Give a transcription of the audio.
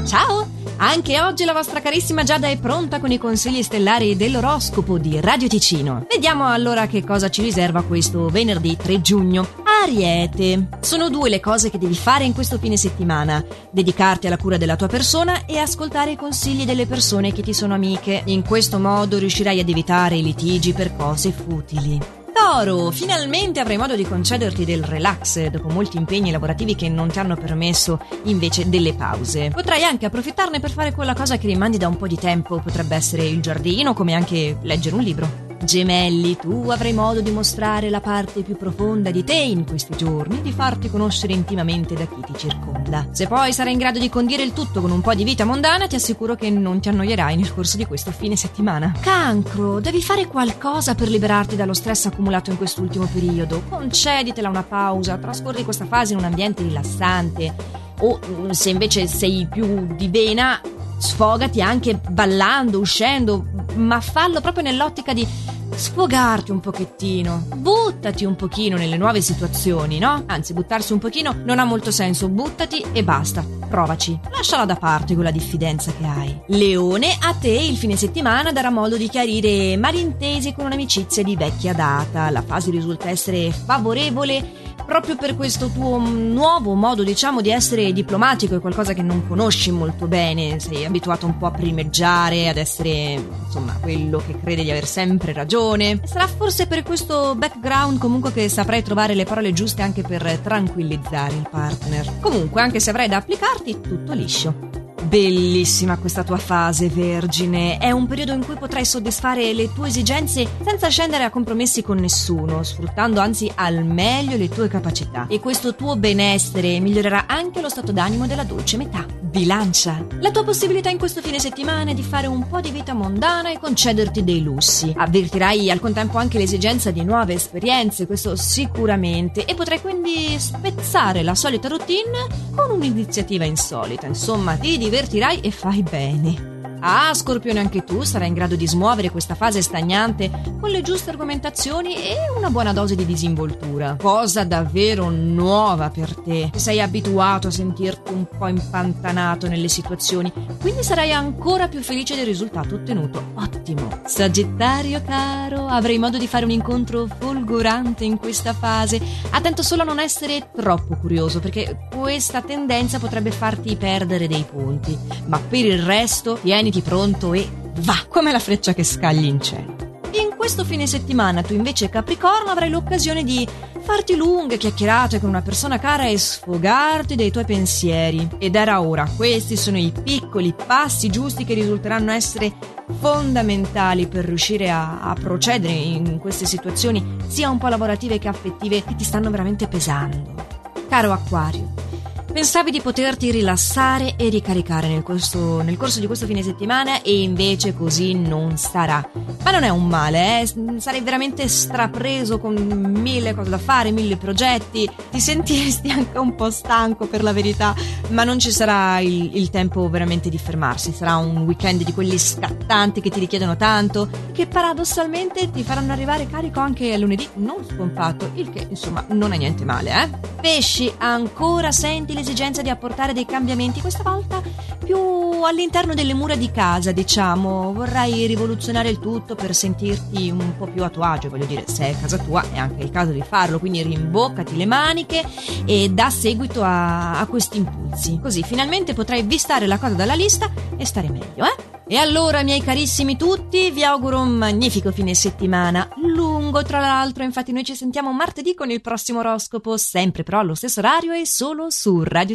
Ciao! Anche oggi la vostra carissima Giada è pronta con i consigli stellari dell'oroscopo di Radio Ticino. Vediamo allora che cosa ci riserva questo venerdì 3 giugno. Ariete. Sono 2 le cose che devi fare in questo fine settimana: dedicarti alla cura della tua persona e ascoltare i consigli delle persone che ti sono amiche. In questo modo riuscirai ad evitare i litigi per cose futili. Toro, finalmente avrai modo di concederti del relax dopo molti impegni lavorativi che non ti hanno permesso invece delle pause. Potrai anche approfittarne per fare quella cosa che rimandi da un po' di tempo, potrebbe essere il giardino, come anche leggere un libro. Gemelli, tu avrai modo di mostrare la parte più profonda di te in questi giorni, di farti conoscere intimamente da chi ti circonda. Se poi sarai in grado di condire il tutto con un po' di vita mondana, ti assicuro che non ti annoierai nel corso di questo fine settimana. Cancro, devi fare qualcosa per liberarti dallo stress accumulato in quest'ultimo periodo. Conceditela una pausa, trascorri questa fase in un ambiente rilassante, o se invece sei più di vena, sfogati anche ballando, uscendo, ma fallo proprio nell'ottica di sfogarti un pochettino, buttati un pochino nelle nuove situazioni, no? Anzi, buttarsi un pochino non ha molto senso, buttati e basta, provaci, lasciala da parte quella diffidenza che hai. Leone, a te il fine settimana darà modo di chiarire malintesi con un'amicizia di vecchia data. La fase risulta essere favorevole proprio per questo tuo nuovo modo, diciamo, di essere diplomatico. È qualcosa che non conosci molto bene, sei abituato un po' a primeggiare, ad essere, insomma, quello che crede di aver sempre ragione. Sarà forse per questo background comunque che saprai trovare le parole giuste anche per tranquillizzare il partner. Comunque, anche se avrai da applicarti, tutto liscio. Bellissima questa tua fase, Vergine. È un periodo in cui potrai soddisfare le tue esigenze senza scendere a compromessi con nessuno, sfruttando anzi al meglio le tue capacità. E questo tuo benessere migliorerà anche lo stato d'animo della dolce metà. Bilancia. La tua possibilità in questo fine settimana è di fare un po' di vita mondana e concederti dei lussi. Avvertirai al contempo anche l'esigenza di nuove esperienze, questo sicuramente, e potrai quindi spezzare la solita routine con un'iniziativa insolita. Insomma, ti divertirai e fai bene. Ah, Scorpione, anche tu sarai in grado di smuovere questa fase stagnante con le giuste argomentazioni e una buona dose di disinvoltura. Cosa davvero nuova per te. Sei abituato a sentirti un po' impantanato nelle situazioni, quindi sarai ancora più felice del risultato ottenuto. Ottimo. Sagittario caro, avrai modo di fare un incontro folgorante in questa fase. Attento solo a non essere troppo curioso, perché questa tendenza potrebbe farti perdere dei punti. Ma per il resto, tieniti pronto e va, come la freccia che scagli in cielo. In questo fine settimana tu invece, Capricorno, avrai l'occasione di farti lunghe chiacchierate con una persona cara e sfogarti dei tuoi pensieri. Ed era ora. Questi sono i piccoli passi giusti che risulteranno essere fondamentali per riuscire a procedere in queste situazioni sia un po' lavorative che affettive che ti stanno veramente pesando. Caro Acquario, pensavi di poterti rilassare e ricaricare nel corso di questo fine settimana e invece così non sarà. Ma non è un male, sarai veramente strapreso con 1000 cose da fare, 1000 progetti, ti sentiresti anche un po' stanco per la verità, ma non ci sarà il tempo veramente di fermarsi. Sarà un weekend di quelli scattanti che ti richiedono tanto, che paradossalmente ti faranno arrivare carico anche a lunedì non scontato, il che insomma non è niente male, Pesci, ancora senti l'esigenza di apportare dei cambiamenti, questa volta più all'interno delle mura di casa, diciamo. Vorrai rivoluzionare il tutto per sentirti un po' più a tuo agio, voglio dire, se è casa tua è anche il caso di farlo, quindi rimboccati le maniche e dà seguito a questi impulsi, così finalmente potrai vistare la cosa dalla lista e stare meglio, E allora, miei carissimi tutti, vi auguro un magnifico fine settimana, lungo tra l'altro. Infatti noi ci sentiamo martedì con il prossimo oroscopo, sempre però allo stesso orario e solo su Radio